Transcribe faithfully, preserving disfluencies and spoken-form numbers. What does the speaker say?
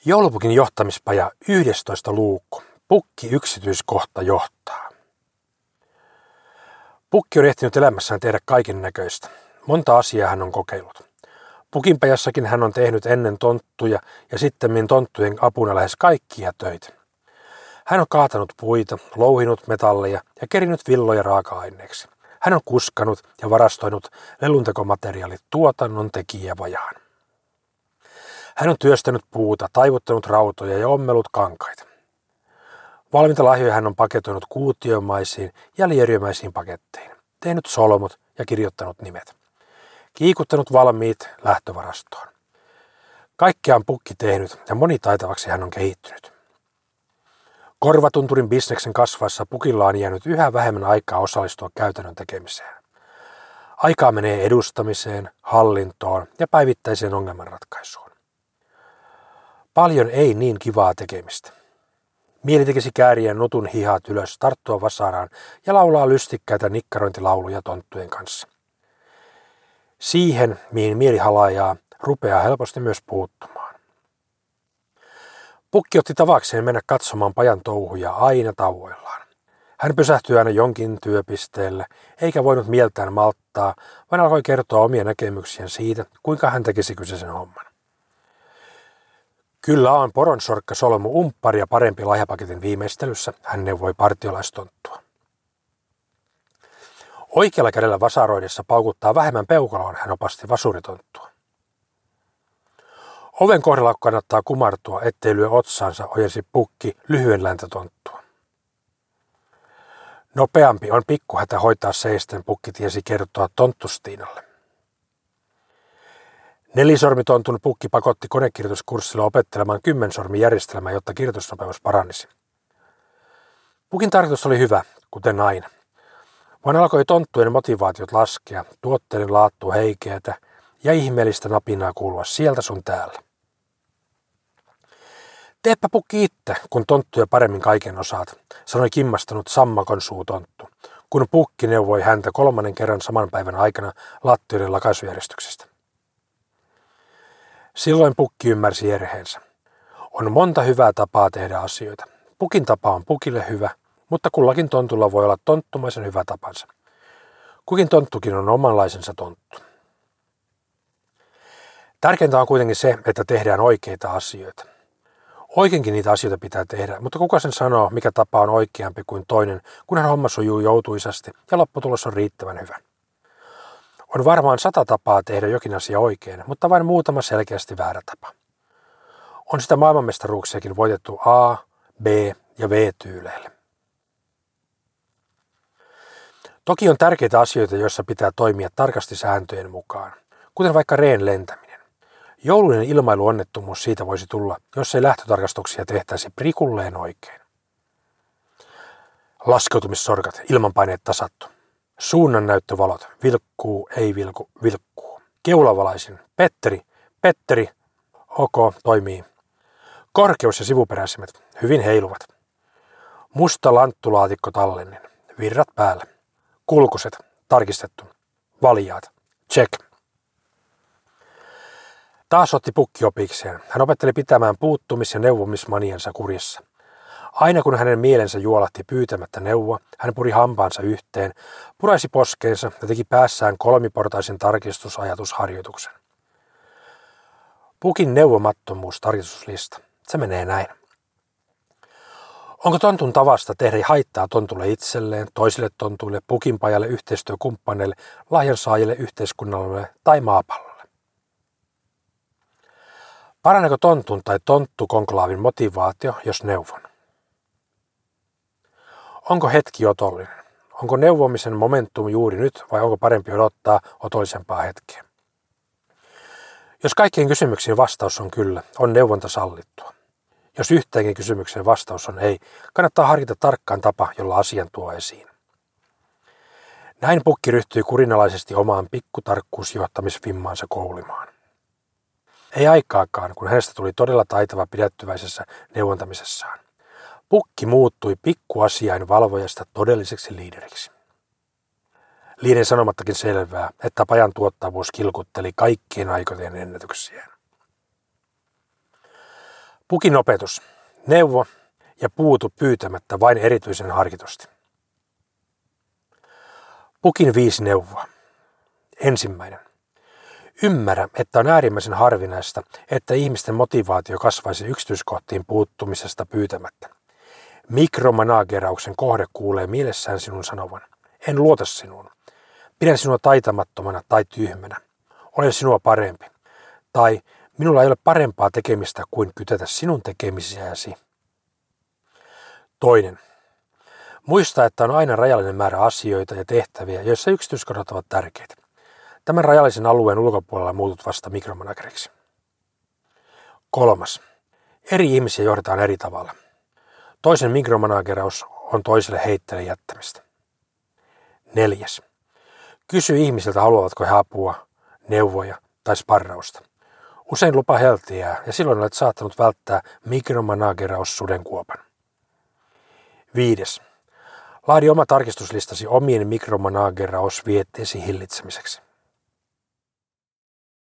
Joulupukin johtamispaja yhdestoista luukku. Pukki yksityiskohta johtaa. Pukki on ehtinyt elämässään tehdä kaiken näköistä. Monta asiaa hän on kokeillut. Pukinpajassakin hän on tehnyt ennen tonttuja ja sittemmin tonttujen apuna lähes kaikkia töitä. Hän on kaatanut puita, louhinut metalleja ja kerinyt villoja raaka-aineeksi. Hän on kuskanut ja varastoinut leluntekomateriaalit tuotannon tekijävajaan. Hän on työstänyt puuta, taivuttanut rautoja ja ommellut kankaita. Valmiita lahjoja hän on paketoinut kuutiomaisiin ja lieriömäisiin paketteihin, tehnyt solmut ja kirjoittanut nimet. Kiikuttanut valmiit lähtövarastoon. Kaikkea on Pukki tehnyt ja monitaitavaksi hän on kehittynyt. Korvatunturin bisneksen kasvaessa Pukilla on jäänyt yhä vähemmän aikaa osallistua käytännön tekemiseen. Aikaa menee edustamiseen, hallintoon ja päivittäiseen ongelmanratkaisuun. Paljon ei niin kivaa tekemistä. Mieli tekisi kääriä nutun hihat ylös, tarttua vasaraan ja laulaa lystikkäitä nikkarointilauluja tonttujen kanssa. Siihen, mihin mieli halajaa, rupeaa helposti myös puuttumaan. Pukki otti tavakseen mennä katsomaan pajan touhuja aina tauoillaan. Hän pysähtyi aina jonkin työpisteelle, eikä voinut mieltään malttaa, vaan alkoi kertoa omia näkemyksiään siitä, kuinka hän tekisi kyseisen homman. Kyllä on poronsorkka solmu umpparia parempi lahjapaketin viimeistelyssä, hän neuvoi partiolaistonttua. Oikealla kädellä vasaroidessa paukuttaa vähemmän peukaloon, hän opasti vasuritonttua. Oven kohdalla kannattaa kumartua, ettei lyö otsaansa, ojensi Pukki lyhyen läntätonttua. Nopeampi on pikkuhätä hoitaa seisten, Pukki tiesi kertoa tonttustiinalle. Nelisormitontun Pukki pakotti konekirjoituskurssilla opettelemaan kymmensormijärjestelmää, jotta kirjoitusnopeus parannisi. Pukin tarkoitus oli hyvä, kuten aina. Vaan alkoi tonttujen motivaatiot laskea, tuotteiden laattu heikeätä ja ihmeellistä napinaa kuulua sieltä sun täällä. Teepä Pukki itse, kun tonttuja paremmin kaiken osaat, sanoi kimmastunut sammakon suutonttu, kun Pukki neuvoi häntä kolmannen kerran saman päivän aikana lattioiden lakaisujärjestyksestä. Silloin Pukki ymmärsi erheensä. On monta hyvää tapaa tehdä asioita. Pukin tapa on Pukille hyvä, mutta kullakin tontulla voi olla tonttumaisen hyvä tapansa. Kukin tonttukin on omanlaisensa tonttu. Tärkeintä on kuitenkin se, että tehdään oikeita asioita. Oikeinkin niitä asioita pitää tehdä, mutta kuka sen sanoo, mikä tapa on oikeampi kuin toinen, kunhan homma sujuu joutuisasti ja lopputulos on riittävän hyvä. On varmaan sata tapaa tehdä jokin asia oikein, mutta vain muutama selkeästi väärä tapa. On sitä maailmanmestaruuksiakin voitettu A, B ja V-tyyleillä. Toki on tärkeitä asioita, joissa pitää toimia tarkasti sääntöjen mukaan, kuten vaikka reen lentäminen. Jouluinen ilmailuonnettomuus siitä voisi tulla, jos ei lähtötarkastuksia tehtäisi prikulleen oikein. Laskeutumissorkat, ilmanpaineet tasattu. Suunnannäyttövalot, vilkkuu, ei vilku, vilkkuu. Keulavalaisin, Petteri, Petteri, ok, toimii. Korkeus- ja sivuperäisimet, hyvin heiluvat. Musta lanttulaatikko tallenne, virrat päällä. Kulkuset, tarkistettu. Valjaat, check. Taas otti Pukki opikseen. Hän opetteli pitämään puuttumis- ja neuvomismaniansa kurissa. Aina kun hänen mielensä juolahti pyytämättä neuvoa, hän puri hampaansa yhteen, puraisi poskeensa ja teki päässään kolmiportaisen tarkistusajatusharjoituksen. Pukin neuvomattomuus tarkistuslista. Se menee näin. Onko tontun tavasta tehdä haittaa tontulle itselleen, toisille tontuille, pukinpajalle, yhteistyökumppaneille, lahjansaajille, yhteiskunnalle tai maapallolle? Paraneeko tontun tai tonttukonklaavin motivaatio, jos neuvon? Onko hetki otollinen? Onko neuvomisen momentum juuri nyt vai onko parempi odottaa otollisempaa hetkeä? Jos kaikkien kysymyksiin vastaus on kyllä, on neuvonta sallittua. Jos yhteenkin kysymykseen vastaus on ei, kannattaa harkita tarkkaan tapa, jolla asian tuo esiin. Näin Pukki ryhtyi kurinalaisesti omaan pikkutarkkuusjohtamisvimmaansa koulimaan. Ei aikaakaan, kun hänestä tuli todella taitava pidättyväisessä neuvontamisessaan. Pukki muuttui pikkuasiain valvojasta todelliseksi liideriksi. Liiden sanomattakin selvää, että pajan tuottavuus kilkutteli kaikkien aikojen ennätyksiään. Pukin opetus. Neuvo ja puutu pyytämättä vain erityisen harkitusti. Pukin viisi neuvoa. Ensimmäinen. Ymmärrä, että on äärimmäisen harvinaista, että ihmisten motivaatio kasvaisi yksityiskohtiin puuttumisesta pyytämättä. Mikromanaagerauksen kohde kuulee mielessään sinun sanovan. En luota sinuun. Pidän sinua taitamattomana tai tyhmänä. Olen sinua parempi. Tai minulla ei ole parempaa tekemistä kuin kytätä sinun tekemisiäsi. Toinen. Muista, että on aina rajallinen määrä asioita ja tehtäviä, joissa yksityiskohdat ovat tärkeitä. Tämän rajallisen alueen ulkopuolella muutut vasta mikromanageriksi. Kolmas. Eri ihmisiä johdetaan eri tavalla. Toisen mikromanageraus on toiselle heittele jättämistä. Neljäs. Kysy ihmisiltä, haluavatko he apua, neuvoja tai sparrausta. Usein lupa heltiää ja silloin olet saattanut välttää mikromanageraus sudenkuopan. Viides. Laadi oma tarkistuslistasi omien mikromanagerausvietteesi hillitsemiseksi.